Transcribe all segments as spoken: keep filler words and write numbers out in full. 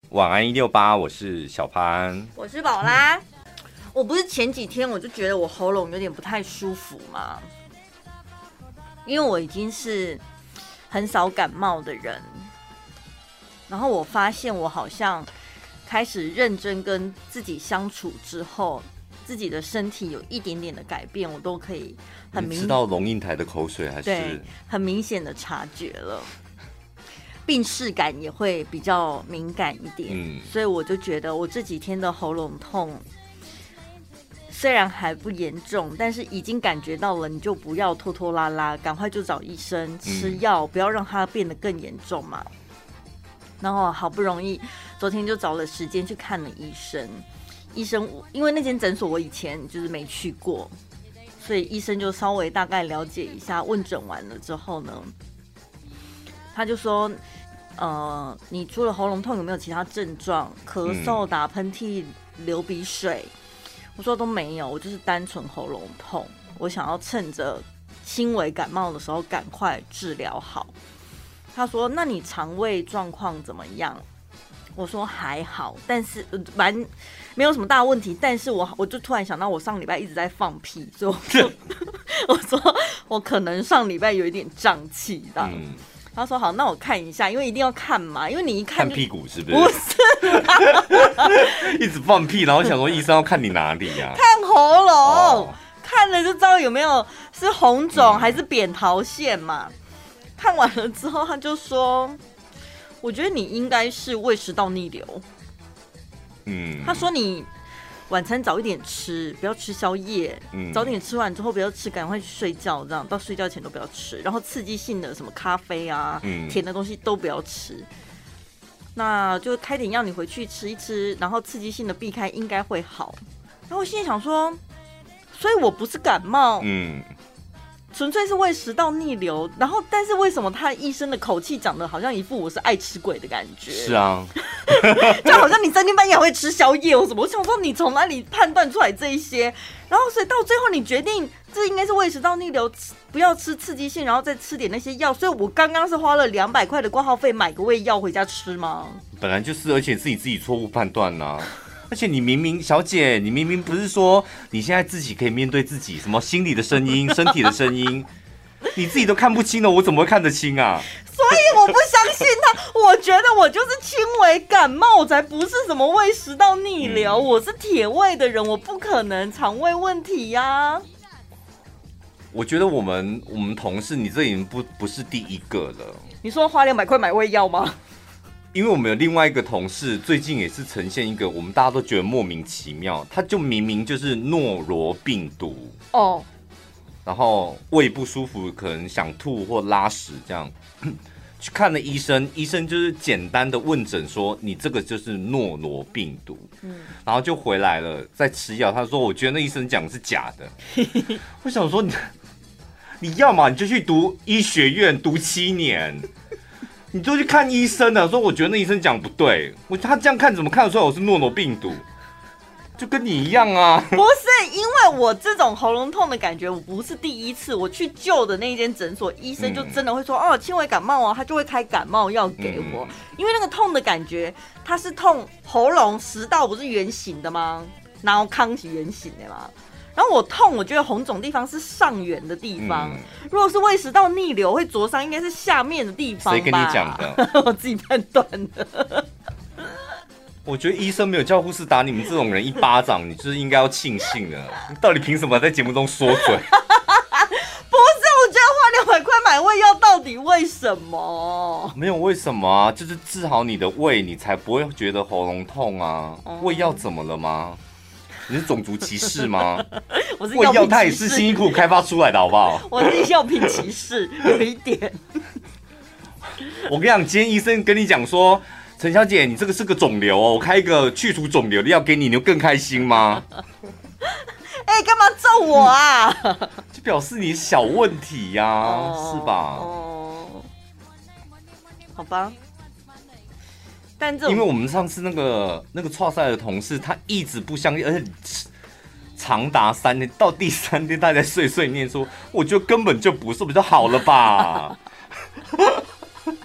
晚安一六八，我是小潘， 我是宝拉。我不是前几天我就觉得我喉咙有点不太舒服嘛，因为我已经是很少感冒的人，然后我发现我好像开始认真跟自己相处之后，自己的身体有一点点的改变，我都可以很明你知道龙应台的口水还是对很明显的察觉了。病识感也会比较敏感一点，嗯，所以我就觉得我这几天的喉咙痛虽然还不严重，但是已经感觉到了，你就不要拖拖拉拉，赶快就找医生吃药，嗯，不要让它变得更严重嘛。然后好不容易昨天就找了时间去看了医生，医生因为那间诊所我以前就是没去过，所以医生就稍微大概了解一下，问诊完了之后呢，他就说呃，你除了喉咙痛有没有其他症状？咳嗽、打喷嚏、流鼻水？我说都没有，我就是单纯喉咙痛。我想要趁着轻微感冒的时候赶快治疗好。他说：“那你肠胃状况怎么样？”我说还好，但是蛮没有什么大问题。但是我我就突然想到，我上礼拜一直在放屁，所以我说我说我可能上礼拜有一点胀气的。嗯，他说好，那我看一下，因为一定要看嘛，因为你一看看屁股是不是？ 不是一直放屁，然后想说医生要看你哪里呀、啊？ 看喉咙，哦，看了就知道有没有是红肿还是扁桃腺嘛。嗯，看完了之后，他就说，我觉得你应该是胃食道逆流。嗯，他说你晚餐早一点吃，不要吃宵夜。嗯，早点吃完之后不要吃，赶快去睡觉，这样到睡觉前都不要吃。然后刺激性的什么咖啡啊、嗯、甜的东西都不要吃。那就开点药，你回去吃一吃，然后刺激性的避开，应该会好。然后我心里想说，所以我不是感冒，嗯，纯粹是胃食道逆流。然后，但是为什么他医生的口气讲的好像一副我是爱吃鬼的感觉？ 是啊。 就好像你三更半夜还会吃宵夜或什么，我想说你从哪里判断出来这一些？然后所以到最后你决定这应该是胃食道逆流，不要吃刺激性，然后再吃点那些药。所以我刚刚是花了两百块的挂号费买个胃药回家吃吗？ 本来就是，而且是你自己错误判断呐。而且你明明小姐，你明明不是说你现在自己可以面对自己，什么心理的声音、身体的声音，你自己都看不清了，我怎么会看得清啊？ 所以我不相信他，我觉得我就是轻微感冒，我才不是什么胃食道逆流，嗯、我是铁胃的人，我不可能肠胃问题呀、啊。 我觉得我们我们同事，你这已经不不是第一个了。 你说花两百块买胃药吗？ 因为我们有另外一个同事，最近也是呈现一个我们大家都觉得莫名其妙，他就明明就是诺罗病毒哦。然后胃不舒服，可能想吐或拉屎这样，去看了医生，医生就是简单的问诊说你这个就是诺罗病毒，嗯，然后就回来了，再吃药。他说我觉得那医生讲的是假的，我想说你你要嘛你就去读医学院读七年，你就去看医生了。说我觉得那医生讲不对，我他这样看怎么看得出来我是诺罗病毒？就跟你一样啊！ 不是，因为我这种喉咙痛的感觉，我不是第一次。我去旧的那间诊所，医生就真的会说、嗯、哦，轻微感冒哦，他就会开感冒药给我。嗯、因为那个痛的感觉，它是痛喉咙食道不是圆形的吗？然后康是圆形的嘛。然后我痛，我觉得红肿地方是上缘的地方。嗯、如果是胃食道逆流会灼伤，应该是下面的地方吧？ 谁跟你讲的？ 我自己判断的。 我觉得医生没有叫护士打你们这种人一巴掌，你就是应该要庆幸的。你到底凭什么在节目中说嘴？不是， 我觉得花两百块买胃药，到底为什么？ 没有为什么啊，就是治好你的胃，你才不会觉得喉咙痛啊。嗯、胃药怎么了吗？你是种族歧视吗？ 我是胃药，它也是辛辛苦苦开发出来的，好不好？ 我是药品歧视，有一点。 我跟你讲，今天医生跟你讲说。陈小姐，你这个是个肿瘤哦，我开一个去除肿瘤的药给你，你就更开心吗？ 哎、欸，干嘛揍我啊？ 就表示你小问题呀、啊哦，是吧？ 哦，好吧。但这因为我们上次那个那个剉赛的同事，他一直不相信，而且长达三天，到第三天他才碎碎念说，我觉得根本就不是，我就好了吧。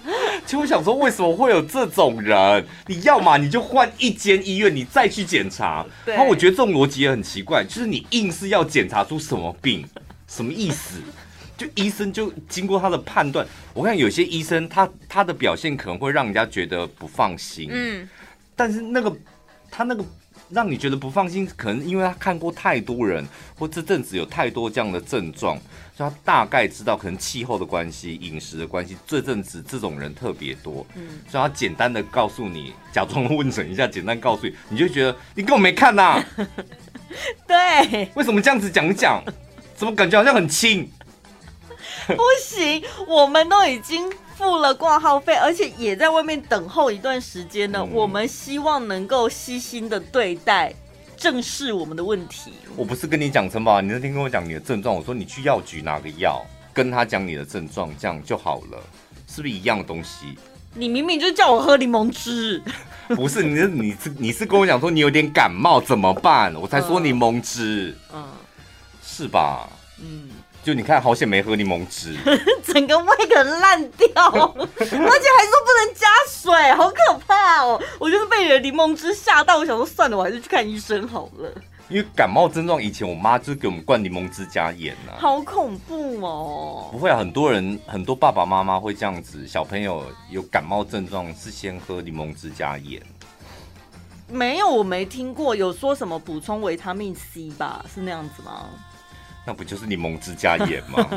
就会想说，为什么会有这种人？你要嘛你就换一间医院，你再去检查。然后我觉得这种逻辑也很奇怪，就是你硬是要检查出什么病，什么意思？就医生就经过他的判断，我看有些医生他他的表现可能会让人家觉得不放心，嗯，但是那个他那个让你觉得不放心，可能因为他看过太多人，或这阵子有太多这样的症状，所以他大概知道可能气候的关系、饮食的关系，这阵子这种人特别多，嗯，所以他简单的告诉你，假装问诊一下，简单告诉你，你就觉得你根本没看呐、啊， 对， 为什么这样子讲讲？怎么感觉好像很轻？ 不行，我们都已经付了挂号费，而且也在外面等候一段时间了。嗯、我们希望能够细心的对待，正视我们的问题。我不是跟你讲陈宝，你那天跟我讲你的症状，我说你去药局拿个药，跟他讲你的症状，这样就好了，是不是一样的东西？ 你明明就叫我喝柠檬汁。 不是，你是你是你是跟我讲说你有点感冒怎么办？我才说柠檬汁，嗯，嗯是吧？嗯。就你看，好险没喝柠檬汁， 整个胃可能烂掉，而且还说不能加水，好可怕哦！我就是被你的柠檬汁吓到，我想说算了，我还是去看医生好了。 因为感冒症状，以前我妈就是给我们灌柠檬汁加盐啊， 好恐怖哦！ 不会啊，很多人很多爸爸妈妈会这样子，小朋友有感冒症状是先喝柠檬汁加盐。 没有，我没听过有说什么补充维他命 C 吧？是那样子吗？ 那不就是柠檬汁加盐吗？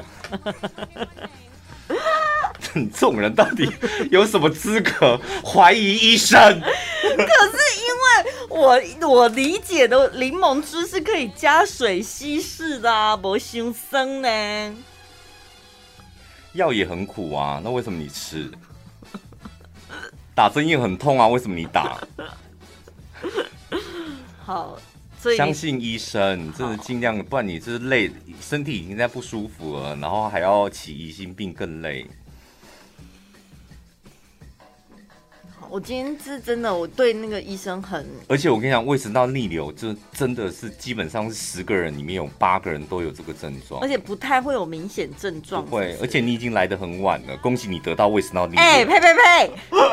你这种人到底有什么资格怀疑医生？ 可是因为我我理解的柠檬汁是可以加水稀释的啊，不伤身呢。 药也很苦啊，那为什么你吃？打针也很痛啊，为什么你打？ 好。 相信医生，真的尽量，不然你就是累，身体已经在不舒服了，然后还要起疑心病，更累。 我今天是真的，我对那个医生很…… 而且我跟你讲，胃食道逆流，就真的是基本上是十个人里面有八个人都有这个症状， 而且不太会有明显症状。 不会，而且你已经来得很晚了，恭喜你得到胃食道逆流。 哎、欸，呸呸呸！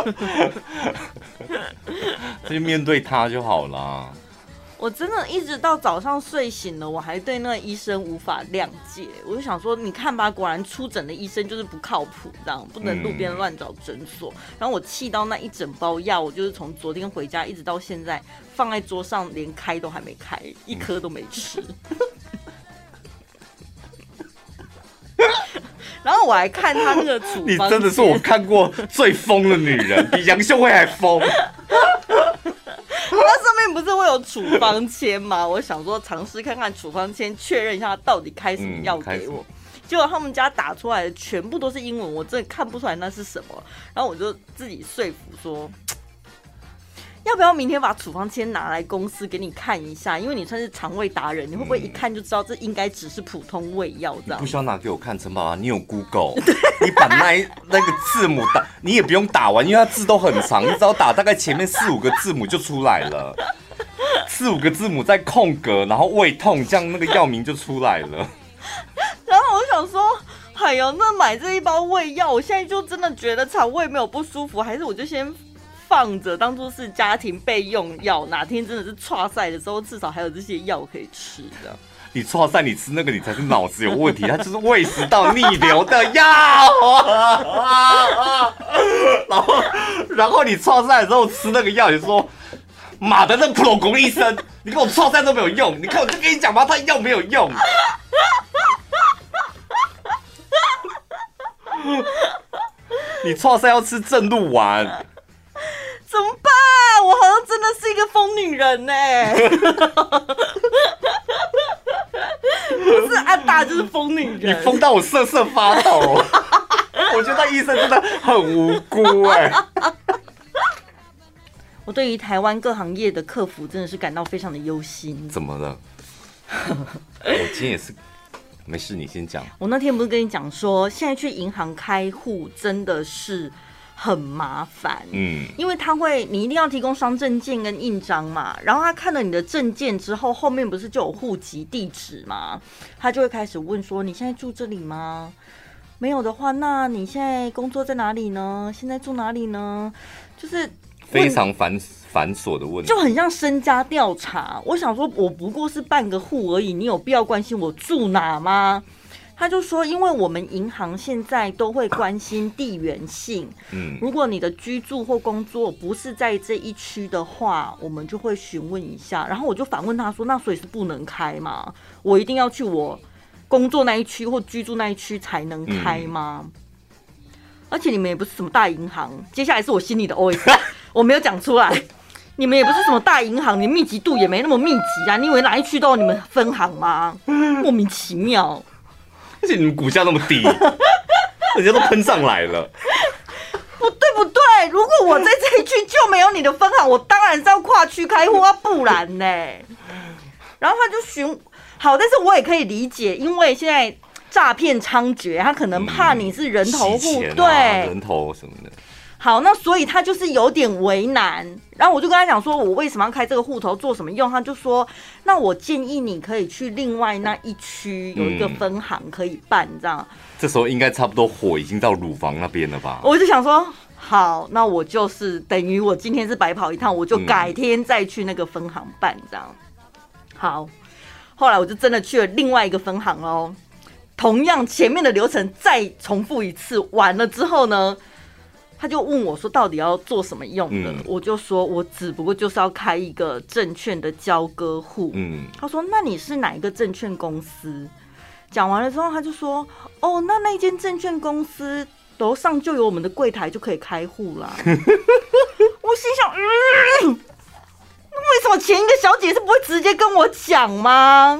就面对他就好了。 我真的一直到早上睡醒了，我还对那个医生无法谅解。我就想说，你看吧，果然出诊的医生就是不靠谱，这样不能路边乱找诊所。嗯、然后我气到那一整包药，我就是从昨天回家一直到现在放在桌上，连开都还没开，一颗都没吃。然后我还看他那个处方， 你真的是我看过最疯的女人，比杨秀慧还疯。 它上面不是会有处方签吗？我想说尝试看看处方签，确认一下他到底开什么药给我。嗯、结果他们家打出来的全部都是英文，我真的看不出来那是什么。然后我就自己说服说，要不要明天把处方签拿来公司给你看一下？因为你算是肠胃达人，你会不会一看就知道这应该只是普通胃药这样？ 你不需要拿给我看，陈宝，你有 Google， 你把那那个字母打，你也不用打完，因为它字都很长，你只要打大概前面四五个字母就出来了，四五个字母再空格，然后胃痛，这样那个药名就出来了。 然后我想说，哎呦，那买这一包胃药，我现在就真的觉得肠胃没有不舒服，还是我就先放着当作是家庭备用药，哪天真的是剉赛的时候，至少还有这些药可以吃的。 你剉赛，你吃那个你才是脑子有问题，它就是胃食道逆流的药。然后，然后你剉赛的时候吃那个药，你说妈的，那普罗公医生，你跟我剉赛都没有用，你看我就跟你讲嘛，他药没有用。你剉赛要吃正露丸。 怎么办？我好像真的是一个疯女人呢、欸。不是安大就是疯女人， 你疯到我瑟瑟发抖。我觉得医生真的很无辜哎、欸。 我对于台湾各行业的客服真的是感到非常的忧心。 怎么了？我今天也是。没事，你先讲。 我那天不是跟你讲说，现在去银行开户真的是很麻烦，嗯，因为他会，你一定要提供双证件跟印章嘛，然后他看了你的证件之后，后面不是就有户籍地址吗？他就会开始问说，你现在住这里吗？ 没有的话，那你现在工作在哪里呢？现在住哪里呢？就是非常繁繁琐的问题， 就很像身家调查。我想说，我不过是办个户而已，你有必要关心我住哪吗？他就说，因为我们银行现在都会关心地缘性，嗯，如果你的居住或工作不是在这一区的话，我们就会询问一下。然后我就反问他说，那所以是不能开吗？我一定要去我工作那一区或居住那一区才能开吗？嗯、而且你们也不是什么大银行。接下来是我心里的 O S， 我没有讲出来。你们也不是什么大银行，你密集度也没那么密集啊！你以为哪一区都有你们分行吗？莫名其妙。 而且你们股价那么低，人家都喷上来了， 不对不对？如果我在这一区就没有你的分行，我当然是要跨区开户啊，不然呢？然后他就询好，但是我也可以理解，因为现在诈骗猖獗，他可能怕你是人头户， 嗯啊、 对， 人头什么的。 好，那所以他就是有点为难，然后我就跟他讲说，我为什么要开这个户头，做什么用？他就说，那我建议你可以去另外那一区有一个分行可以办，这样。 这时候应该差不多火已经到乳房那边了吧？ 我就想说，好，那我就是等于我今天是白跑一趟，我就改天再去那个分行办，这样。好，后来我就真的去了另外一个分行喽，同样前面的流程再重复一次，完了之后呢？他就问我说：“到底要做什么用的？”嗯、我就说：“我只不过就是要开一个证券的交割户。嗯”他说：“那你是哪一个证券公司？”讲完了之后，他就说：“哦，那那间证券公司楼上就有我们的柜台，就可以开户啦。”我心想：“嗯，为什么前一个小姐是不会直接跟我讲吗？”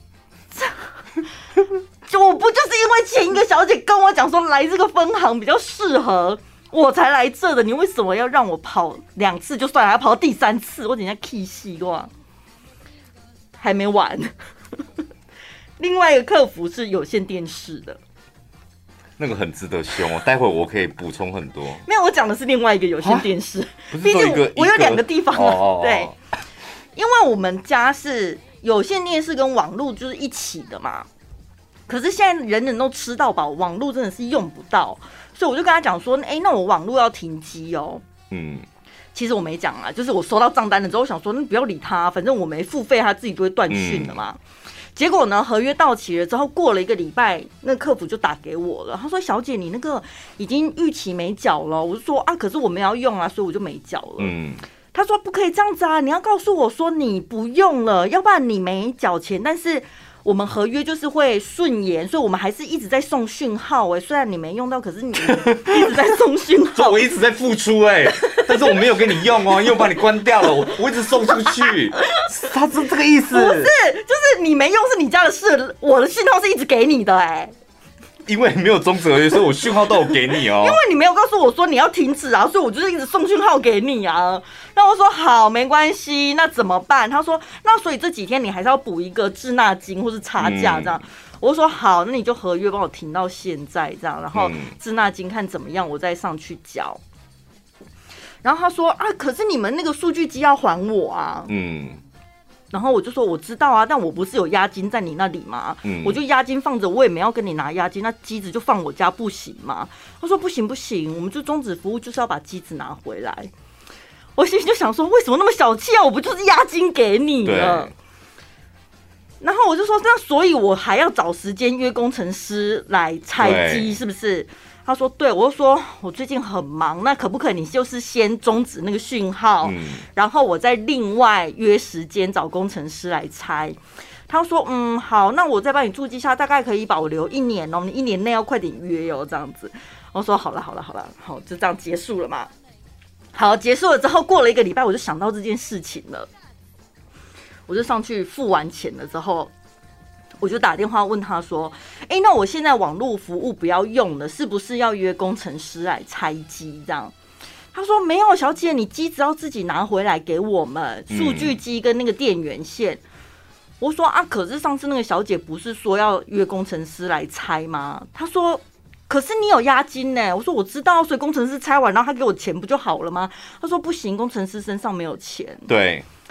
就我不就是因为前一个小姐跟我讲说来这个分行比较适合。我才来这的，你为什么要让我跑两次就算了，还要跑到第三次？我等一下气死我！还没完，另外一个客服是有线电视的， 那个很值得凶哦。待会我可以补充很多。 没有，我讲的是另外一个有线电视，毕竟 我, 我有两个地方嘛。哦、对，因为我们家是有线电视跟网络就是一起的嘛。可是现在人人都吃到饱，网络真的是用不到。所以我就跟他讲说，哎、欸，那我网络要停机哦。嗯，其实我没讲啊，就是我收到账单了之后，我想说，那不要理他，反正我没付费，他自己就会断讯了嘛。嗯、结果呢，合约到期了之后，过了一个礼拜，那个客服就打给我了，他说：“小姐，你那个已经逾期没缴了。”我就说：“啊，可是我们要用啊，所以我就没缴了。”嗯，他说：“不可以这样子啊，你要告诉我说你不用了，要不然你没缴钱，但是。”我们合约就是会顺延，所以我们还是一直在送讯号哎、欸。虽然你没用到，可是你一直在送讯号。 我一直在付出哎、欸，但是我没有给你用哦，因为我把你关掉了，我我一直送出去。他是这个意思？ 不是，就是你没用是你家的事，我的讯号是一直给你的哎、欸。 因为没有终止合约，所以我讯号都有给你哦。 因为你没有告诉我说你要停止啊，所以我就是一直送讯号给你啊。然后我说好，没关系，那怎么办？他说那所以这几天你还是要补一个滞纳金或是差价这样。嗯、我说好，那你就合约帮我停到现在这样，然后滞纳金看怎么样，我再上去缴。然后他说啊，可是你们那个数据机要还我啊。嗯。然后我就说我知道啊，但我不是有押金在你那里吗？嗯、我就押金放着，我也没要跟你拿押金，那机子就放我家不行吗？他说不行不行，我们就终止服务就是要把机子拿回来。我心里就想说，为什么那么小气啊？我不就是押金给你了？然后我就说，那所以我还要找时间约工程师来拆机，是不是？他说对，我就说我最近很忙，那可不可以你就是先终止那个讯号，嗯、然后我再另外约时间找工程师来拆。他说嗯好，那我再帮你注记下，大概可以保留一年哦，你一年内要快点约哦，这样子。我说好了好了好了，好就这样结束了嘛。好，结束了之后，过了一个礼拜，我就想到这件事情了，我就上去付完钱了之后。我就打电话问他说：“哎、欸，那我现在网络服务不要用了，是不是要约工程师来拆机？”这样，他说：“没有，小姐，你机子要自己拿回来给我们，数据机跟那个电源线。嗯”我说：“啊，可是上次那个小姐不是说要约工程师来拆吗？”他说：“可是你有押金呢。”我说：“我知道，所以工程师拆完，然后他给我钱不就好了吗？”他说：“不行，工程师身上没有钱。” 对。 那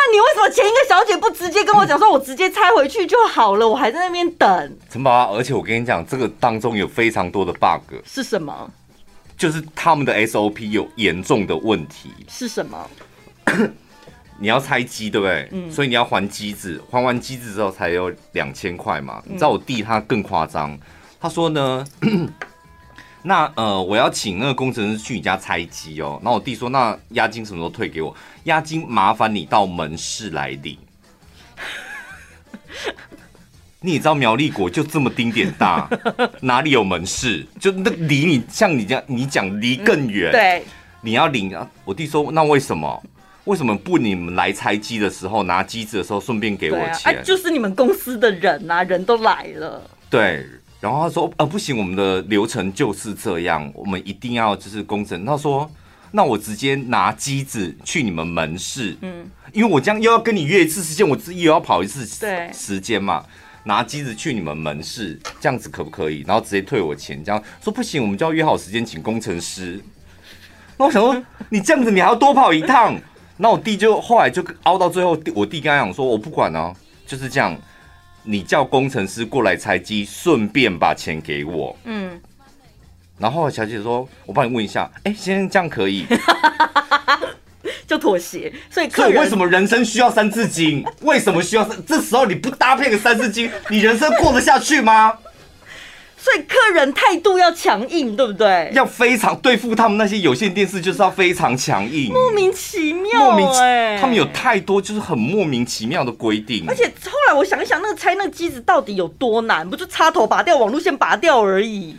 那你为什么前一个小姐不直接跟我讲说，我直接拆回去就好了？我还在那边等。 陈宝拉，而且我跟你讲，这个当中有非常多的 bug。 是什么？ 就是他们的 S O P 有严重的问题。 是什么？ 你要拆机，对不对？嗯。所以你要还机子，还完机子之后才有两千块嘛。你知道我弟他更夸张，他说呢。那呃，我要请那个工程师去你家拆机哦。那我弟说，那押金什么时候退给我？押金麻烦你到门市来领。你也知道苗栗国就这么丁点大，哪里有门市？就那离你像你讲你讲离更远、嗯。对，你要领啊。我弟说，那为什么？为什么不你们来拆机的时候拿机子的时候顺便给我钱？ 啊啊、就是你们公司的人啊，人都来了。 对。然后他说：“呃，不行，我们的流程就是这样，我们一定要就是工程。”他说：“那我直接拿机子去你们门市，嗯，因为我这样又要跟你约一次时间，我自己又要跑一次时间嘛。拿机子去你们门市，这样子可不可以？然后直接退我钱？这样说不行，我们就要约好时间请工程师。那我想说，你这样子你还要多跑一趟。那我弟就后来就凹到最后，我弟跟他讲说：我不管哦，就是这样。”你叫工程师过来拆机，顺便把钱给我。嗯，然后小姐说：“我帮你问一下，哎、欸，先生这样可以？” 就妥协。所以客人，所以为什么人生需要三字经？为什么需要？这时候你不搭配个三字经，你人生过得下去吗？ 所以客人态度要强硬，对不对？ 要非常对付他们那些有线电视，就是要非常强硬， 莫名其妙、欸。莫名其他们有太多就是很莫名其妙的规定。 而且后来我想一想，那个拆那个机子到底有多难？不就插头拔掉、网路线拔掉而已。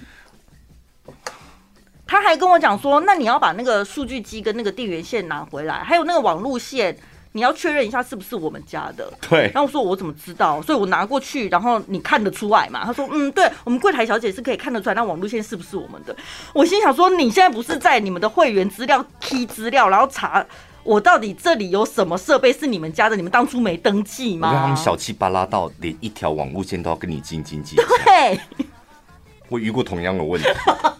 他还跟我讲说，那你要把那个数据机跟那个电源线拿回来，还有那个网路线。你要确认一下是不是我们家的。 对。 然后我说我怎么知道？所以我拿过去，然后你看得出来嘛？他说嗯，对，我们柜台小姐是可以看得出来，那网路线是不是我们的？我心想说，你现在不是在你们的会员资料 key 资料，然后查我到底这里有什么设备是你们家的？你们当初没登记吗？ 我觉得他们小气巴拉到连一条网路线都要跟你斤斤计较。 对。 我遇过同样的问题。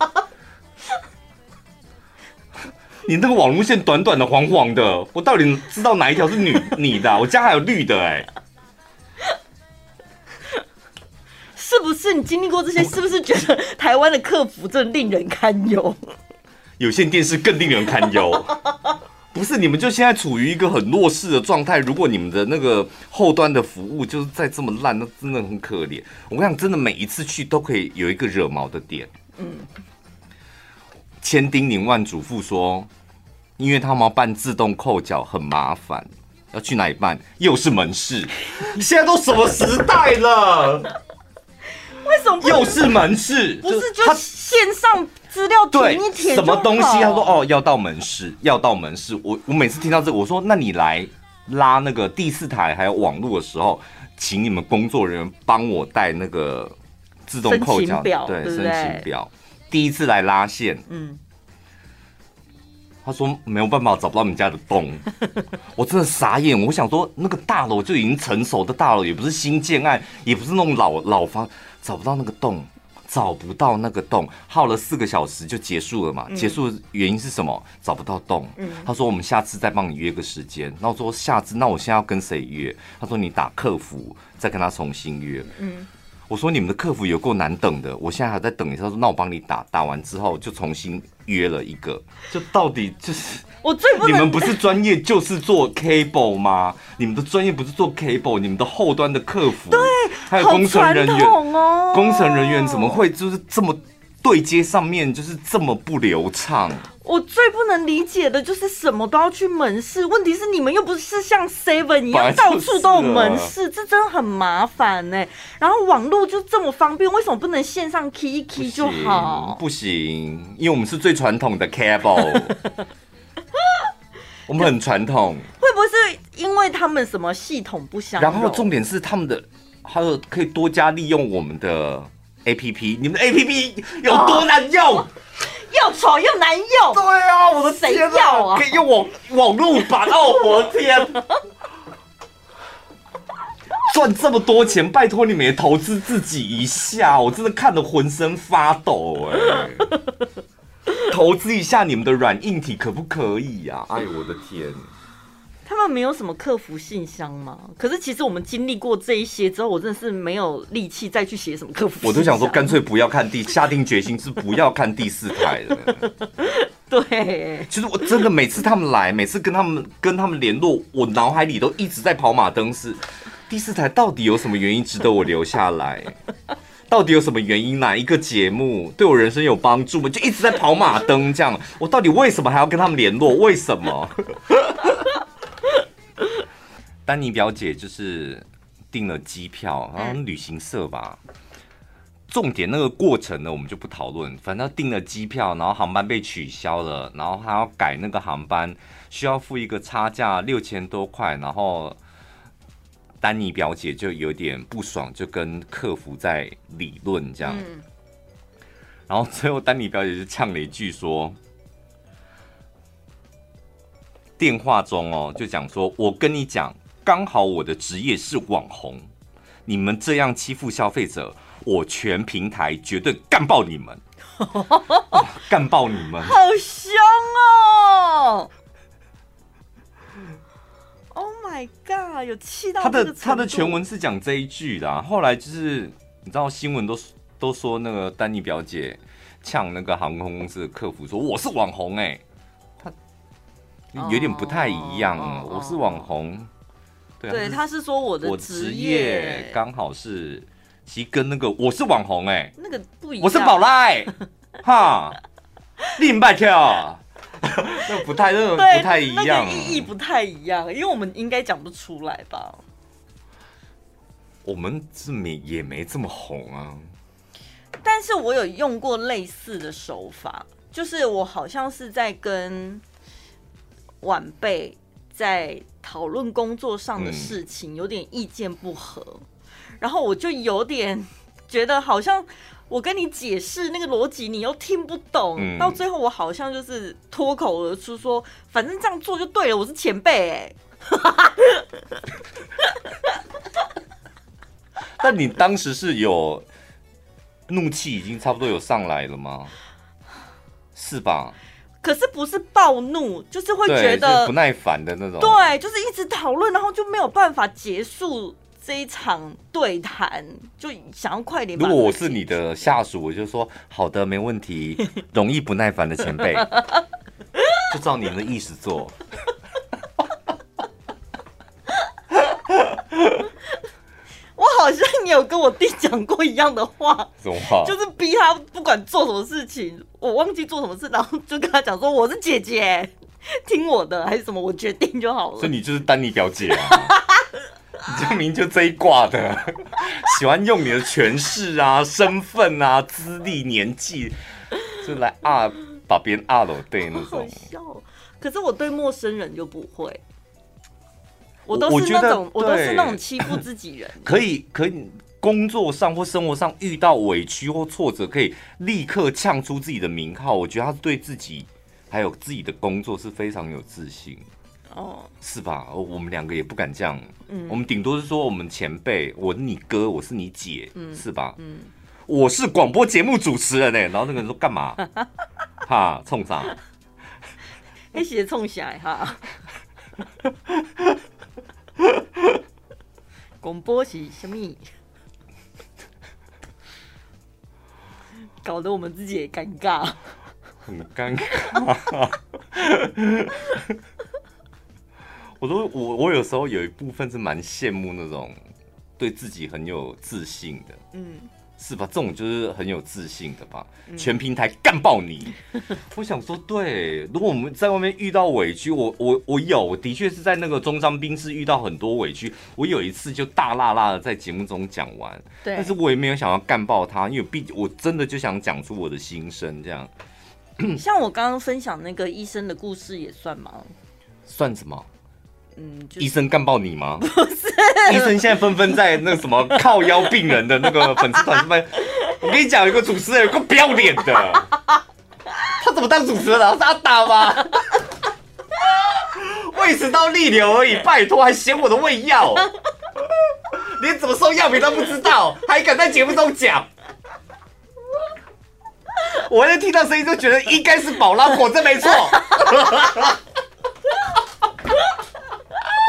你那个网路线短短的、黄黄的，我到底知道哪一条是你你的、啊？我家还有绿的哎、欸， 是不是？你经历过这些，是不是觉得台湾的客服真的令人堪忧？ 有线电视更令人堪忧。不是，你们就现在处于一个很弱势的状态。如果你们的那个后端的服务就是再这么烂，那真的很可怜。我跟你讲，真的每一次去都可以有一个惹毛的点。嗯。千叮咛万嘱咐说，因为他们要办自动扣缴很麻烦，要去哪里办？又是门市。现在都什么时代了？ 为什么又是门市？ 不是就线上资料填一填什么东西？他说哦，要到门市，要到门市。我我每次听到这个，我说那你来拉那个第四台还有网络的时候，请你们工作人员帮我带那个自动扣缴表， 对，申请表。第一次来拉线，嗯，他说没有办法找不到你们家的洞，我真的傻眼。我想说，那个大楼就已经成熟的大楼，也不是新建案，也不是那种老老房，找不到那个洞，找不到那个洞，耗了四个小时就结束了嘛。嗯、结束的原因是什么？找不到洞。嗯、他说我们下次再帮你约个时间。那我说下次，那我现在要跟谁约？他说你打客服，再跟他重新约。嗯。我说你们的客服有够难等的，我现在还在等一下。他说那我帮你打，打完之后就重新约了一个。就到底就是我最不能， 你们不是专业就是做 cable 吗？你们的专业不是做 cable， 你们的后端的客服对， 还有工程人员哦， 工程人员怎么会就是这么对接上面就是这么不流畅？ 我最不能理解的就是什么都要去门市，问题是你们又不是像 Seven 一样到处都有门市，这真的很麻烦呢、欸。然后网络就这么方便，为什么不能线上 key 一 key 就好？ 不行，因为我们是最传统的 cable， 我们很传统。 会不会是因为他们什么系统不相容？ 然后重点是他们的，还有可以多加利用我们的 A P P， 你们的 A P P 有多难用？哦又丑又难用。 对啊，我的天啊！谁要啊？ 可以用网网路版哦！我的天，赚这么多钱，拜托你们也投资自己一下，我真的看得浑身发抖哎、欸！投资一下你们的软硬体可不可以呀、啊？哎呦我的天！ 他们们没有什么客服信箱吗？可是其实我们经历过这一些之后，我真的是没有力气再去写什么客服信箱。 我都想说，干脆不要看第，下定决心是不要看第四台了。 对， 其实我真的每次他们来，每次跟他们跟他们联络，我脑海里都一直在跑马灯，是第四台到底有什么原因值得我留下来？到底有什么原因？哪一个节目对我人生有帮助吗？就一直在跑马灯这样。我到底为什么还要跟他们联络？为什么？丹妮表姐就是订了机票，然后旅行社吧。重点那个过程呢，我们就不讨论。反正订了机票，然后航班被取消了，然后还要改那个航班，需要付一个差价六千多块。然后丹妮表姐就有点不爽，就跟客服在理论这样。嗯、然后最后丹妮表姐就呛了一句说：“电话中哦，就讲说，我跟你讲，刚好我的职业是网红，你们这样欺负消费者。”我全平台绝对干爆你们，哦、干爆你们， 好凶哦 ！Oh my god， 有气到他的他的全文是讲这一句的、啊，后来就是你知道新闻都都说那个丹妮表姐呛那个航空公司的客服说我是网红哎、欸，他有点不太一样，哦、我是网红， 对，对他是说我的职业刚好是。其实跟那个我是网红哎、欸， 那个不一样， 我是宝拉哎、欸，哈，另拜跳，那不太那个不太一样， 那个意义不太一样，因为我们应该讲不出来吧？ 我们是没也没这么红啊， 但是我有用过类似的手法，就是我好像是在跟晚辈在讨论工作上的事情，嗯、有点意见不合。然后我就有点觉得，好像我跟你解释那个逻辑，你又听不懂。嗯、到最后，我好像就是脱口而出说：“反正这样做就对了，我是前辈。”哎， 但你当时是有怒气，已经差不多有上来了吗？是吧？ 可是不是暴怒，就是会觉得不耐烦的那种。 对，就是一直讨论，然后就没有办法结束。这一场对谈就想要快点。 如果我是你的下属，我就说好的，没问题。容易不耐烦的前辈，就照你们的意思做。 我好像也有跟我弟讲过一样的话， 什么话？ 就是逼他不管做什么事情，我忘记做什么事，然后就跟他讲说我是姐姐，听我的还是什么，我决定就好了。 所以你就是丹妮表姐啊。你这名就这一挂的，喜欢用你的权势啊、身份啊、资历、年纪，就来啊，把别人啊了对那种。 好笑，可是我对陌生人就不会，我都是那种，我, 我都是那种欺负自己人。 可以，可以，工作上或生活上遇到委屈或挫折，可以立刻呛出自己的名号。我觉得他对自己还有自己的工作是非常有自信。哦，是吧？我们两个也不敢这样，嗯，我们顶多是说我们前辈，我是你哥，我是你姐，嗯、是吧？嗯，我是广播节目主持人哎，然后那个人说干嘛？哈，冲啥？ 那写冲啥哈？广播是什么？搞得我们自己也尴尬， 很尴尬。我都我我有时候有一部分是蛮羡慕那种对自己很有自信的，嗯，是吧？这种就是很有自信的吧，嗯、全平台干爆你。我想说，对，如果我们在外面遇到委屈，我我我有，我的确是在那个中彰兵室遇到很多委屈。我有一次就大辣辣的在节目中讲完，对，但是我也没有想要干爆他，因为毕我真的就想讲出我的心声，这样。 像我刚刚分享那个医生的故事也算吗？ 算什么？ 嗯，就是、 医生干爆你吗？ 不是， 医生现在纷纷在那个什么靠腰病人的那个粉丝团上面。我跟你讲，有个主持人有个不要脸的，他怎么当主持人啊？是阿达吗？胃食道逆流而已，拜托，还嫌我的胃药，连怎么收药品都不知道，还敢在节目中讲。我一听到声音就觉得应该是宝拉，果真没错。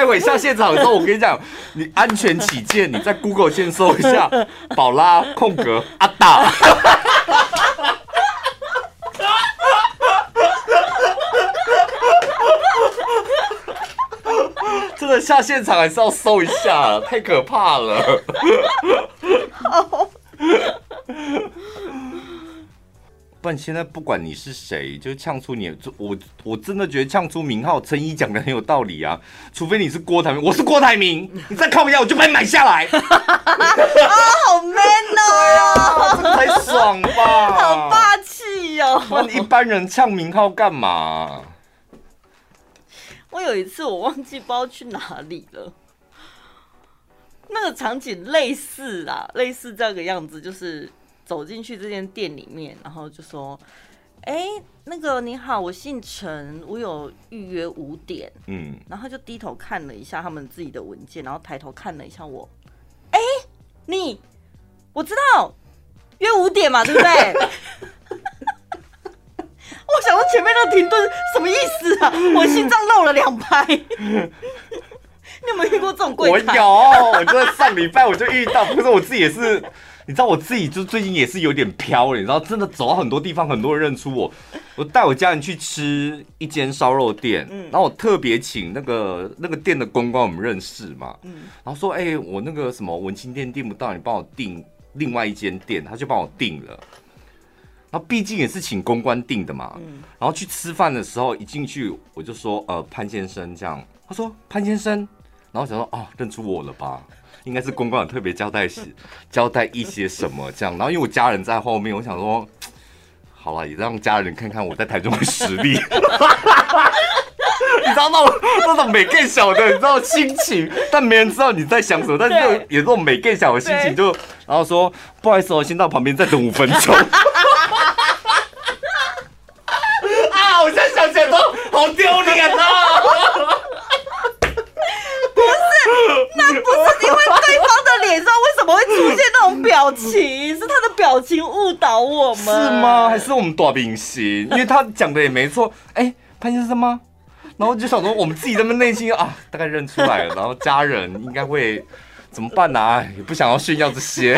会下现场的时候，我跟你讲，你安全起见，你在 Google 先搜一下宝拉空格阿达。真的下现场还是要搜一下，太可怕了。不然现在不管你是谁，就呛出你，我我真的觉得呛出名号，陈怡讲的很有道理啊。除非你是郭台铭，我是郭台铭，你再靠不下，我就把你买下来。啊， 好 man 哦！ 对啊，这个才爽吧？ 好霸气哦！ 那一般人呛名号干嘛？ 我有一次我忘记不知道去哪里了，那个场景类似啦，类似这个样子，就是走进去这间店里面，然后就说：“哎、欸，那个你好，我姓陈，我有预约五点。”嗯，然后他就低头看了一下他们自己的文件，然后抬头看了一下我：“哎、欸，你，我知道约五点嘛，对不对？”我想说前面那个停顿什么意思啊？我心脏漏了两拍。你有没有遇过这种柜台？ 我有，我就在上礼拜我就遇到，不是我自己也是，你知道我自己就最近也是有点飘了，你知道，真的走到很多地方，很多人认出我。我带我家人去吃一间烧肉店，嗯、然后我特别请那个那个店的公关我们认识嘛，嗯、然后说，哎、欸，我那个什么文青店订不到，你帮我订另外一间店，他就帮我订了。然后毕竟也是请公关订的嘛，嗯、然后去吃饭的时候一进去我就说，呃，潘先生这样，他说潘先生，然后我想说啊，认出我了吧？应该是公关有特别交代交代一些什么这样，然后因为我家人在后面，我想说，好了，也让家人看看我在台中的实力。你知道那种那种美更小的，你知道心情，但没人知道你在想什么，但是有这种美更小的心情就，然后说不好意思，我先到旁边再等五分钟。啊！我现在想起来都好丢脸啊！ 不是，那不是因为对方的脸上为什么会出现那种表情？是他的表情误导我们， 是吗？还是我们大明星？因为他讲的也没错。哎、欸，潘先生吗？然后就想说，我们自己在那内心啊，大概认出来了，然后家人应该会怎么办呢、啊？也不想要炫耀这些。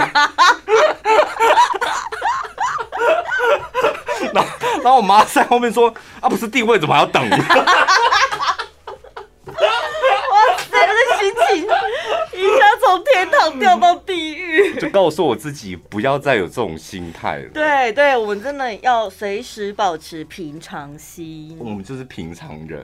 然后，然后我妈在后面说：“啊，不是定位，怎么还要等？”哇塞，那心情一下从天堂掉到地狱。 就告诉我自己不要再有这种心态了。 对对，我们真的要随时保持平常心。 我们就是平常人。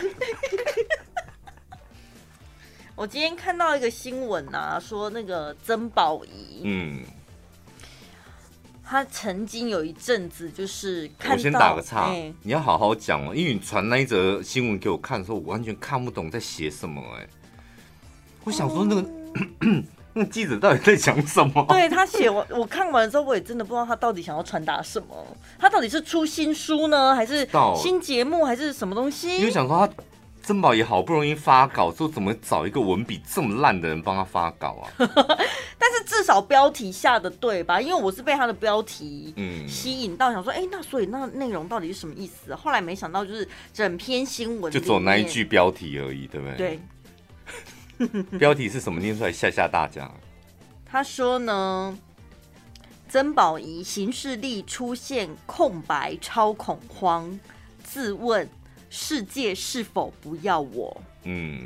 我今天看到一个新闻啊，说那个曾宝仪，嗯。他曾经有一阵子就是看到， 我先打个岔，欸、你要好好讲哦，因为你传那一则新闻给我看的时候，我完全看不懂在写什么哎、欸。我想说那个、嗯、那个记者到底在讲什么？ 对他写完，我看完之后，我也真的不知道他到底想要传达什么。他到底是出新书呢，还是新节目，还是什么东西？ 因为想说他曾宝仪好不容易发稿，说怎么找一个文笔这么烂的人帮他发稿啊？ 但是至少标题下的对吧？因为我是被他的标题吸引到，想说，哎、欸，那所以那内容到底是什么意思、啊？后来没想到就是整篇新闻就走那一句标题而已，对不对？ 对。 标题是什么？念出来吓吓大家。 他说呢，曾宝仪行事历出现空白，超恐慌，自问世界是否不要我？嗯。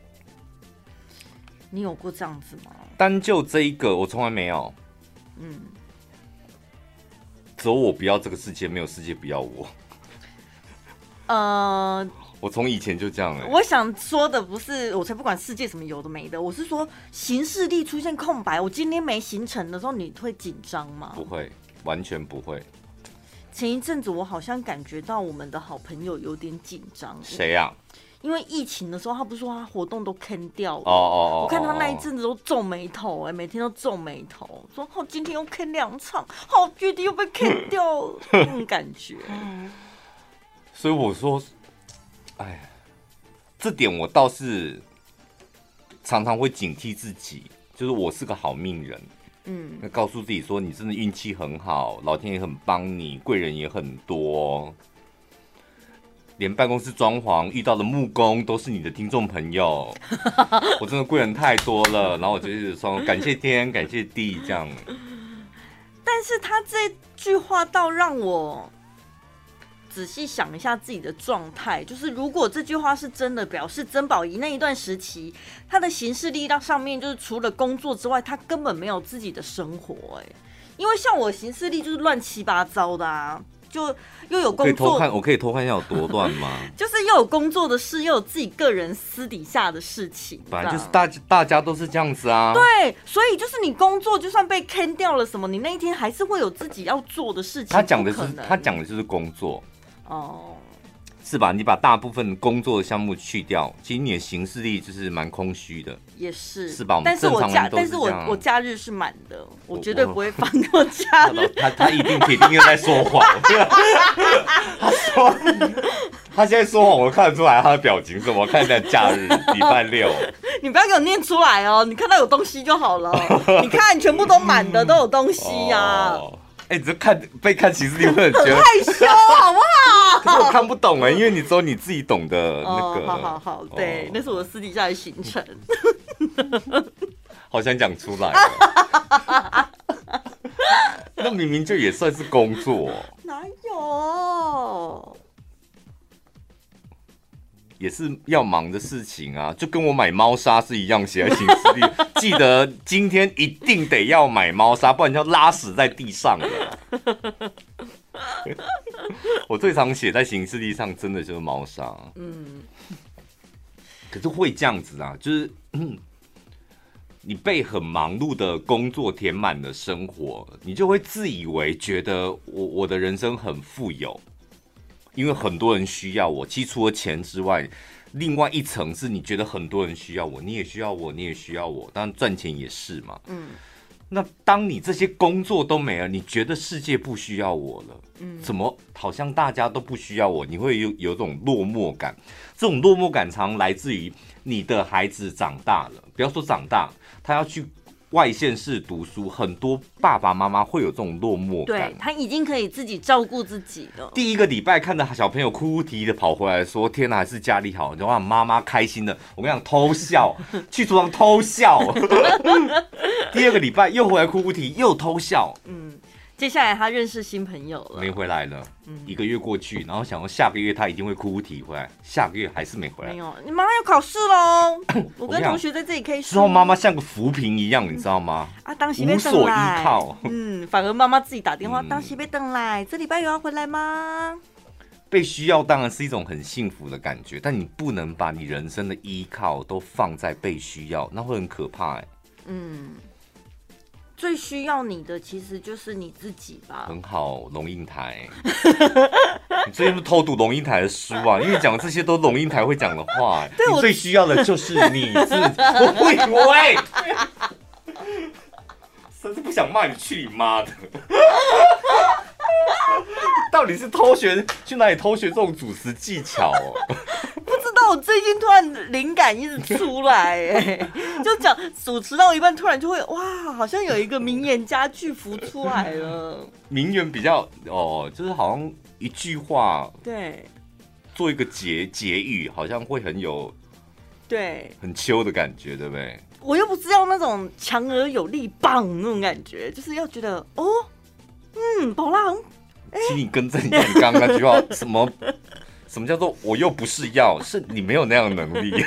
你有过这样子吗？ 单就这一个，我从来没有。嗯，只有我不要这个世界，没有世界不要我。呃，我从以前就这样哎、欸。 我想说的不是，我才不管世界什么有的没的，我是说行事历出现空白，我今天没行程的时候，你会紧张吗？ 不会，完全不会。 前一阵子我好像感觉到我们的好朋友有點緊張。 誰呀、啊？ 因為疫情的時候，他不是說他活動都 cancel 掉了。 哦哦哦！ 我看他那一陣子都皺眉頭，哎，每天都皺眉頭，說哦，今天又 cancel 兩場，好決定又被 cancel 掉了，那種感覺。 所以我說，哎，這點我倒是常常會警惕自己，就是我是個好命人。嗯，那告訴自己說你真的運氣很好，老天也很幫你，貴人也很多。 连办公室装潢遇到的木工都是你的听众朋友，我真的贵人太多了。然后我就一直说感谢天，感谢地这样。 但是他这句话倒让我仔细想一下自己的状态，就是如果这句话是真的，表示曾宝仪那一段时期，他的行事历上面就是除了工作之外，他根本没有自己的生活、欸。因为像我行事历就是乱七八糟的啊。就又有工作，可以偷看，我可以偷看一下有多乱吗？ 就是又有工作的事，又有自己个人私底下的事情， 本来就是大大家都是这样子啊。 对，所以就是你工作就算被坑掉了什么，你那一天还是会有自己要做的事情。 他讲的是他讲的就是工作哦，是吧？你把大部分工作的项目去掉，其实你的行事历就是蛮空虚的。 也是， 是吧？我们正常人都是这样。 但是我我假日是满的，我绝对不会放过假日。 他他一定铁定又在说谎。他说他现在说谎，我看得出来他的表情。怎么看在假日礼拜六？ 你不要给我念出来哦！你看到有东西就好了。你看全部都满的，都有东西呀、啊。哦哎、欸，你这看被看行事历会很觉得很害羞，好不好？ 可是我看不懂哎、欸，因为你只有你自己懂的那个。 哦、好好好，对，哦、那是我私底下的行程。 好想讲出来。那明明就也算是工作。 哪有？ 也是要忙的事情啊，就跟我买猫砂是一样，写在行事历。记得今天一定得要买猫砂，不然就要拉屎在地上了。我最常写在行事历上，真的就是猫砂。嗯，可是会这样子啊，就是、嗯、你被很忙碌的工作填满了生活，你就会自以为觉得我我的人生很富有。因为很多人需要我，其实除了钱之外，另外一层是你觉得很多人需要我，你也需要我，你也需要我，当然赚钱也是嘛。嗯，那当你这些工作都没了，你觉得世界不需要我了，嗯，怎么好像大家都不需要我？你会有有种落寞感，这种落寞感常来自于你的孩子长大了，不要说长大，他要去外县市读书，很多爸爸妈妈会有这种落寞感。 对，他已经可以自己照顾自己了。 第一个礼拜看着小朋友哭哭啼啼的跑回来说：“天哪，还是家里好。”然后妈妈开心的，我跟你讲，偷笑，去厨房偷笑。第二个礼拜又回来哭哭啼，又偷笑。嗯。 接下来他认识新朋友了， 没回来了。嗯，一个月过去，然后想说下个月他一定会哭哭啼回来，下个月还是没回来。 没有，你妈妈要考试喽。我跟同学在这里可以说。 之后妈妈像个浮萍一样，你知道吗？ 啊，当时被无所依靠。 嗯，反而妈妈自己打电话，嗯、当时被等来，这礼拜有要回来吗？ 被需要当然是一种很幸福的感觉，但你不能把你人生的依靠都放在被需要，那会很可怕哎、欸。嗯。 最需要你的其实就是你自己吧。 很好，龙应台，你最近是不是偷读龙应台的书啊？因为讲这些都龙应台会讲的话，你最需要的就是你自己。我不以为，真是不想骂你去你妈的！到底是偷学去哪里偷学这种主持技巧哦？ 不知道，我最近突然灵感一直出来，哎，就讲主持到一半，突然就会哇，好像有一个名言佳句浮出来了。 名言比较哦，就是好像一句话， 对， 做一个结结语，好像会很有对很秋的感觉，对不对？ 我又不是要那种强而有力棒那种感觉，就是要觉得哦，嗯，宝拉， 欸、请你更正一下你刚刚那句话，什么？什么叫做我又不是要，是你没有那样的能力，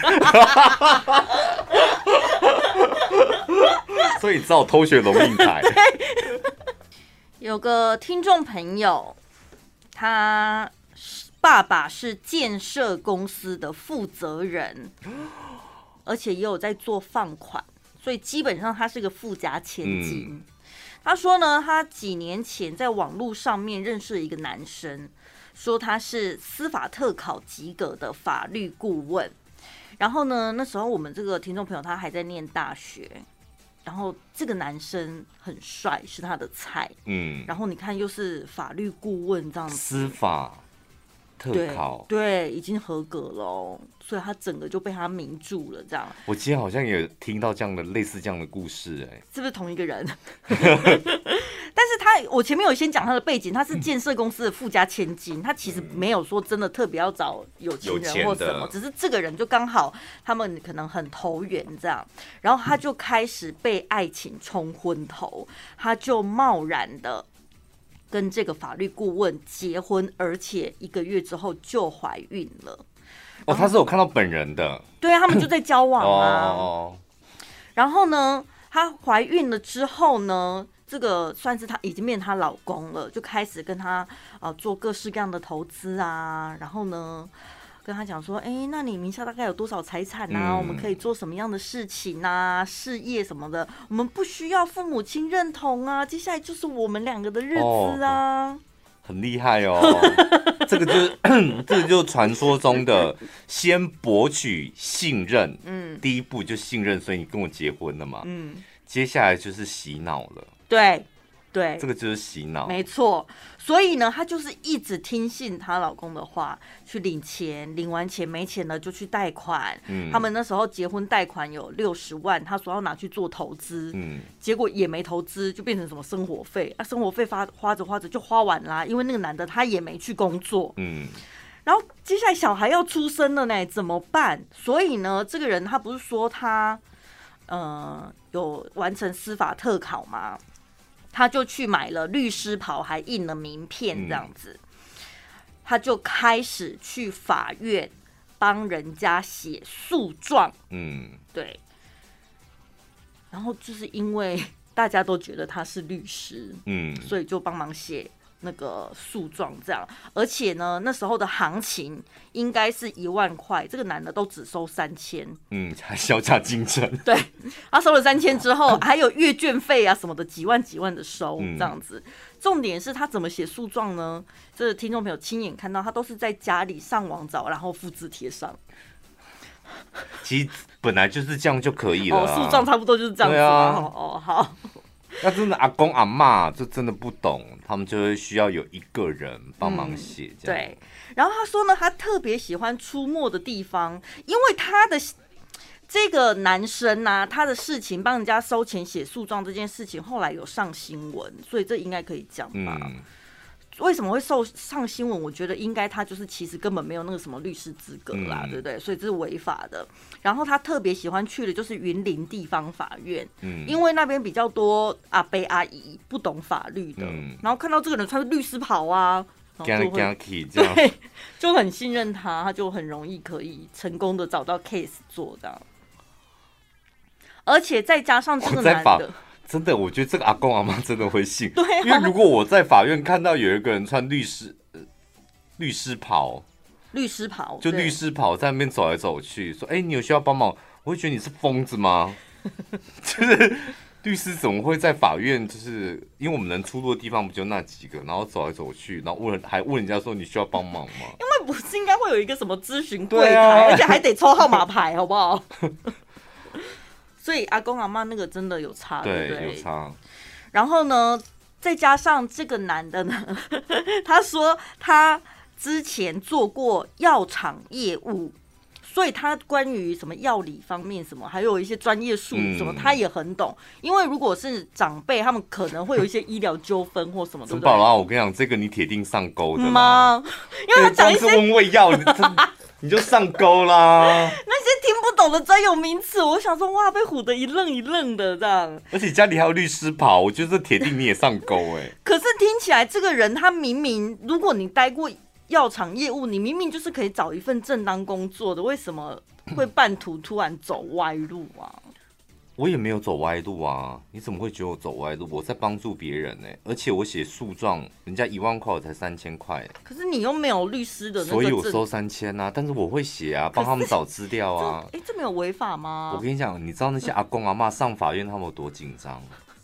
所以你只好偷学龙应台。 有个听众朋友，他爸爸是建设公司的负责人，而且也有在做放款，所以基本上他是个富家千金。嗯、他说呢，他几年前在网络上面认识了一个男生。说他是司法特考及格的法律顾问，然后呢，那时候我们这个听众朋友他还在念大学，然后这个男生很帅，是他的菜，嗯，然后你看又是法律顾问这样子， 司法特考， 对，已经合格了，所以他整个就被他迷住了。这样， 我今天好像也听到这样的类似这样的故事、欸，哎， 是不是同一个人？但是他，我前面有先讲他的背景，他是建设公司的富家千金，他其实没有说真的特别要找有钱人或什么，只是这个人就刚好他们可能很投缘这样，然后他就开始被爱情冲昏头，他就贸然的跟这个法律顾问结婚，而且一个月之后就怀孕了。 哦，他是有看到本人的， 对啊，他们就在交往啊。哦、然后呢，她怀孕了之后呢？这个算是她已经变她老公了，就开始跟她呃做各式各样的投资啊，然后呢跟她讲说，哎，那你名下大概有多少财产啊？嗯、我们可以做什么样的事情啊？事业什么的，我们不需要父母亲认同啊，接下来就是我们两个的日子啊。哦、 很厉害哦，这个就是这个就是传说中的先博取信任，嗯，第一步就信任，所以你跟我结婚了嘛，嗯，接下来就是洗脑了。对对， 这个就是洗脑， 没错。所以呢，她就是一直听信她老公的话，去领钱，领完钱没钱了就去贷款。嗯，他们那时候结婚贷款有六十万，她说要拿去做投资，嗯，结果也没投资，就变成什么生活费啊，生活费花花着花着就花完啦，因为那个男的他也没去工作，嗯。然后接下来小孩要出生了呢，怎么办？所以呢，这个人他不是说他呃有完成司法特考吗？他就去买了律师袍，还印了名片，这样子，嗯、他就开始去法院帮人家写诉状。嗯，对。然后就是因为大家都觉得他是律师，嗯，所以就帮忙写那个诉状，这样。而且呢，那时候的行情应该是一万块，这个男的都只收三千， 嗯，还销价竞争。 对，他收了三千之后，还有阅卷费啊什么的，几万几万的收，这样子。嗯、重点是他怎么写诉状呢？这个听众朋友亲眼看到，他都是在家里上网找，然后复制贴上。 其实本来就是这样就可以了、啊， 哦，诉状差不多就是这样子。对啊，哦，好。 那真的阿公阿嬷就真的不懂，他们就会需要有一个人帮忙写、嗯。 对，然后他说呢，他特别喜欢出没的地方，因为他的这个男生啊，他的事情帮人家收钱写诉状这件事情，后来有上新闻，所以这应该可以讲吧。嗯，为什么会受上新闻？我觉得应该他就是其实根本没有那个什么律师资格啦，嗯、对不对？所以这是违法的。然后他特别喜欢去的就是云林地方法院，嗯、因为那边比较多阿伯阿姨不懂法律的，嗯、然后看到这个人穿律师袍啊，然后就会对，就很信任他，他就很容易可以成功的找到 case 做这样。而且再加上这个男的。 真的，我觉得这个阿公阿嬷真的会信，对、啊，因为如果我在法院看到有一个人穿律师、呃、律师袍， 律师袍， 就律师袍在那边走来走去，说：“哎、欸，你有需要帮忙？”我会觉得你是疯子吗？就是律师怎么会在法院？就是因为我们能出入的地方不就那几个，然后走来走去，然后问还问人家说：“你需要帮忙吗？” 因为不是应该会有一个什么咨询柜台，啊、而且还得抽号码牌，好不好？所以阿公阿嬷那个真的有差，对不对？ 有差。 然后呢，再加上这个男的呢，他说他之前做过药厂业务，所以他关于什么药理方面什么，还有一些专业术语什么，嗯、他也很懂。因为如果是长辈，他们可能会有一些医疗纠纷或什么，对不对？ 宝拉，我跟你讲，这个你铁定上钩的吗？ 因为他讲一些温胃药，你就上钩啦。 那些听不懂的专有名词，我想说哇，被唬得一愣一愣的这样。 而且家里还有律师袍，我觉得这铁定你也上钩哎、欸。 可是听起来这个人他明明，如果你待过药厂业务，你明明就是可以找一份正当工作的，为什么会半途突然走歪路啊？ 我也没有走歪路啊，你怎么会觉得我走歪路？我在帮助别人呢、欸，而且我写诉状，人家一万块，我才三千块。 可是你又没有律师的那个， 所以我收三千啊。但是我会写啊，帮他们找资料啊。 哎、欸，这没有违法吗？ 我跟你讲，你知道那些阿公阿嬷上法院他们有多紧张？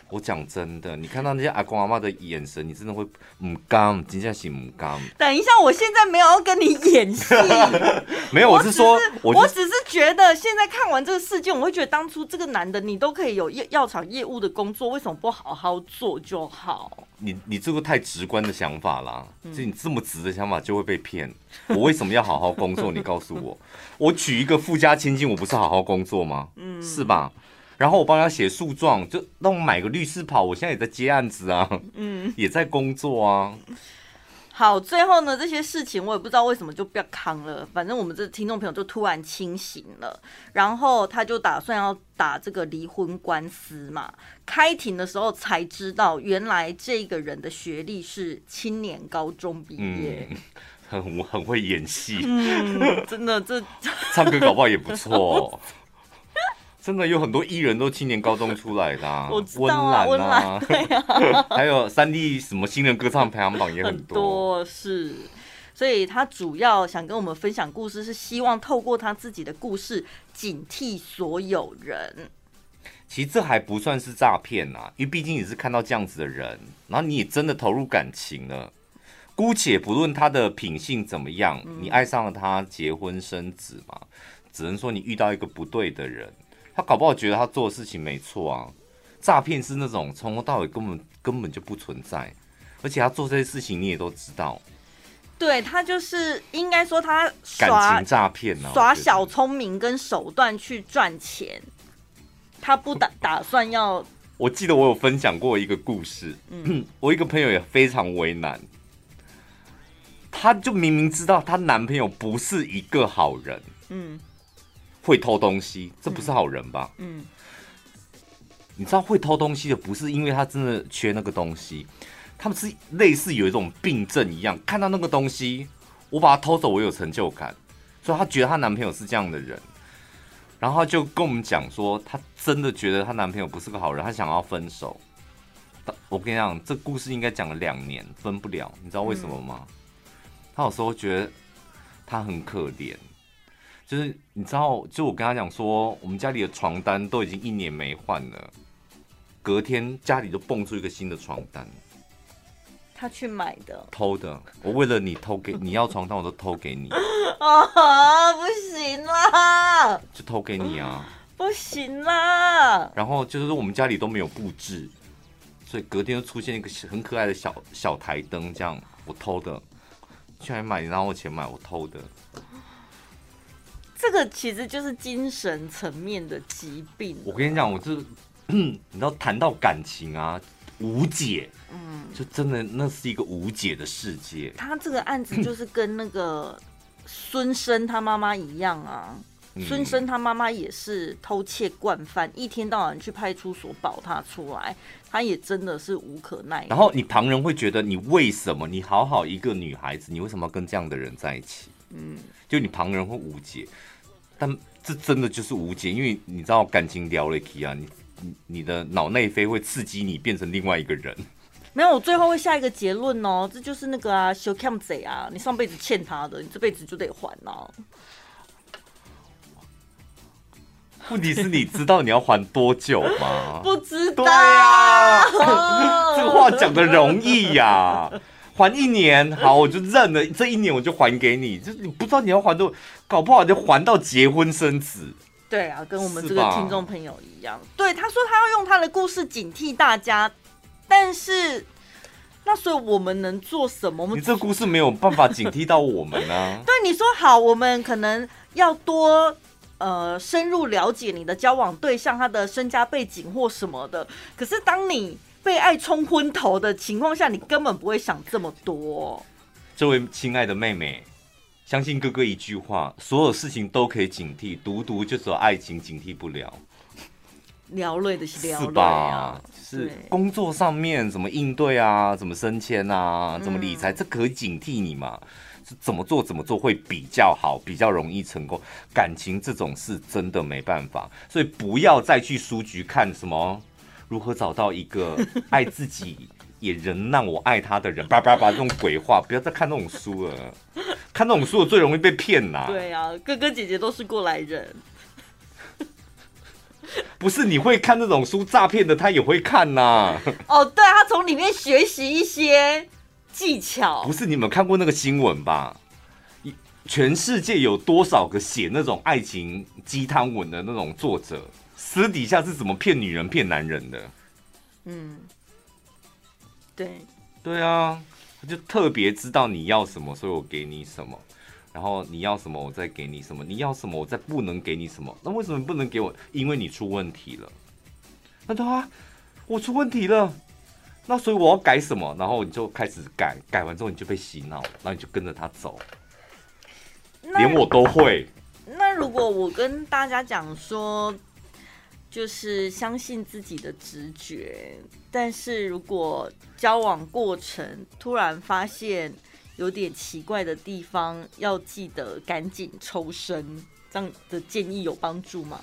我讲真的，你看到那些阿公阿嬷的眼神，你真的会唔甘，真正是唔甘。 等一下，我现在没有要跟你演戏， 没有，我是说， 我, 我只是觉得现在看完这个事件，我会觉得当初这个男的你都可以有药厂业务的工作，为什么不好好做就好？ 你你这个太直观的想法啦，嗯、就你这么直的想法就会被骗。我为什么要好好工作？你告诉我，我娶一个富家千金，我不是好好工作吗？嗯，是吧？然后我帮他写诉状，就让我买个律师袍。我现在也在接案子啊，嗯，也在工作啊。 好，最后呢，这些事情我也不知道为什么就不要扛了。反正我们这听众朋友就突然清醒了，然后他就打算要打这个离婚官司嘛。开庭的时候才知道，原来这个人的学历是青年高中毕业。 嗯，很很会演戏， 嗯，真的这唱歌搞不好也不错。真的有很多艺人都青年高中出来的、啊， 我知道啊，温岚啊，对啊，还有三立什么新人歌唱排行榜也很多， 很多是，所以他主要想跟我们分享故事，是希望透过他自己的故事警惕所有人。 其实这还不算是诈骗啊，因为毕竟你是看到这样子的人，然后你也真的投入感情了。姑且不论他的品性怎么样，嗯、你爱上了他，结婚生子嘛，只能说你遇到一个不对的人。他搞不好觉得他做的事情没错啊，诈骗是那种从头到尾根本根本就不存在，而且他做这些事情你也都知道。 对，他就是应该说他感情诈骗啊， 耍小聪明跟手段去赚钱，他不打打算要。 我记得我有分享过一个故事，嗯，我一个朋友也非常为难，他就明明知道她男朋友不是一个好人，嗯。会偷东西，这不是好人吧？嗯，你知道会偷东西的不是因为他真的缺那个东西，他们是类似有一种病症一样，看到那个东西，我把它偷走，我有成就感，所以她觉得她男朋友是这样的人，然后她就跟我们讲说，她真的觉得她男朋友不是个好人，她想要分手。我跟你讲，这故事应该讲了两年，分不了，你知道为什么吗？她有时候觉得她很可怜。就是你知道，就我跟他讲说，我们家里的床单都已经一年没换了，隔天家里就蹦出一个新的床单。 他去买的， 偷的。我为了你偷给你要床单，我都偷给你。 啊，不行啦！ 就偷给你啊！ 不行啦！ 然后就是说我们家里都没有布置，所以隔天就出现一个很可爱的小小台灯，这样我偷的。去哪里买？你拿我钱买，我偷的。 这个其实就是精神层面的疾病。 我跟你讲，我这你知道谈到感情啊，无解，嗯，就真的那是一个无解的世界。 他这个案子就是跟那个孙生他妈妈一样啊，嗯、孙生他妈妈也是偷窃惯犯，一天到晚去派出所保他出来，他也真的是无可奈何。 然后你旁人会觉得，你为什么你好好一个女孩子，你为什么要跟这样的人在一起？嗯，就你旁人会无解。但这真的就是无解，因为你知道感情聊了起啊，你你的脑内啡会刺激你变成另外一个人。 没有，我最后会下一个结论哦，这就是那个啊，小 cam 贼啊，你上辈子欠他的，你这辈子就得还啊。 问题是你知道你要还多久吗？ 不知道。 对啊，这个话讲的容易呀、啊。还一年好，我就认了。这一年我就还给你，就是你不知道你要还多，搞不好就还到结婚生子。 对啊，跟我们这个听众朋友一样。对，他说他要用他的故事警惕大家，但是那所以我们能做什么？ 你这故事没有办法警惕到我们啊。 对，你说好，我们可能要多呃深入了解你的交往对象，他的身家背景或什么的。可是当你被爱冲昏头的情况下，你根本不会想这么多。 这位亲爱的妹妹，相信哥哥一句话，所有事情都可以警惕，独独就只有爱情警惕不了。 聊累的是聊累啊， 是吧？是工作上面怎么应对啊，怎么升迁啊，怎么理财，嗯、这可以警惕你嘛。是怎么做怎么做会比较好，比较容易成功。感情这种事真的没办法，所以不要再去书局看什么。如何找到一个爱自己也仍让我爱他的人？叭叭叭，这种鬼话，不要再看那种书了。看那种书的最容易被骗啦。 对啊，哥哥姐姐都是过来人。 不是你会看那种书，诈骗的他也会看呐、啊。 哦，对，他从里面学习一些技巧。 不是你们看过那个新闻吧？全世界有多少个写那种爱情鸡汤文的那种作者，私底下是怎么骗女人、骗男人的？嗯， 对， 对啊，我就特别知道你要什么，所以我给你什么。然后你要什么，我再给你什么；你要什么，我再不能给你什么。那为什么不能给我？因为你出问题了。那对啊，我出问题了，那所以我要改什么？然后你就开始改，改完之后你就被洗脑，然后你就跟着他走。连我都会。 那如果我跟大家讲说，就是相信自己的直觉，但是如果交往过程突然发现有点奇怪的地方，要记得赶紧抽身，这样的建议有帮助吗？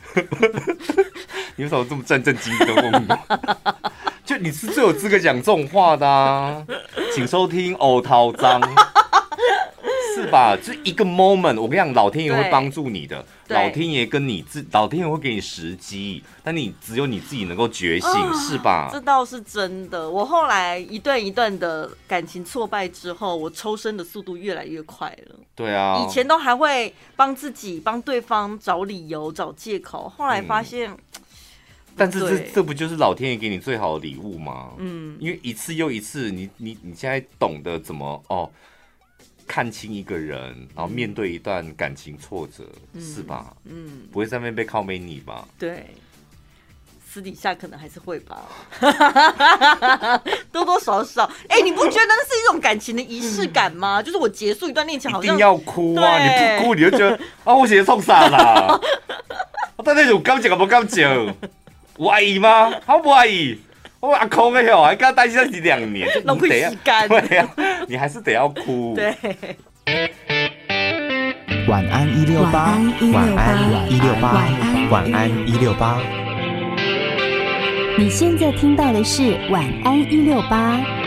你为什么这么战战兢兢的问我？就你是最有资格讲这种话的啊！请收听欧涛章。是吧？就一个 moment， 我跟你讲，老天爷会帮助你的。老天爷跟你自，老天爷会给你时机，但你只有你自己能够觉醒，啊、是吧？ 这倒是真的。我后来一段一段的感情挫败之后，我抽身的速度越来越快了。 对啊， 以前都还会帮自己、帮对方找理由、找借口，后来发现。嗯但是这这不就是老天爷给你最好的礼物吗？嗯，因为一次又一次，你你你现在懂得怎么哦。看清一个人，然后面对一段感情挫折，嗯、是吧？嗯，不会在那边被靠背你吧？ 对，私底下可能还是会吧，多多少少。哎、欸，你不觉得那是一种感情的仪式感吗？嗯、就是我结束一段恋情，好像一定要哭啊！你不哭，你就觉得啊，我写的冲啥啦？但那种感情不感情，我爱伊吗？我不爱伊。我阿空的哟，还跟他担心是两年， 浪费时间。 对呀、啊，你还是得要哭。 对。 晚安一六八，晚安一六八，晚安一六八。 你现在听到的是晚安一六八。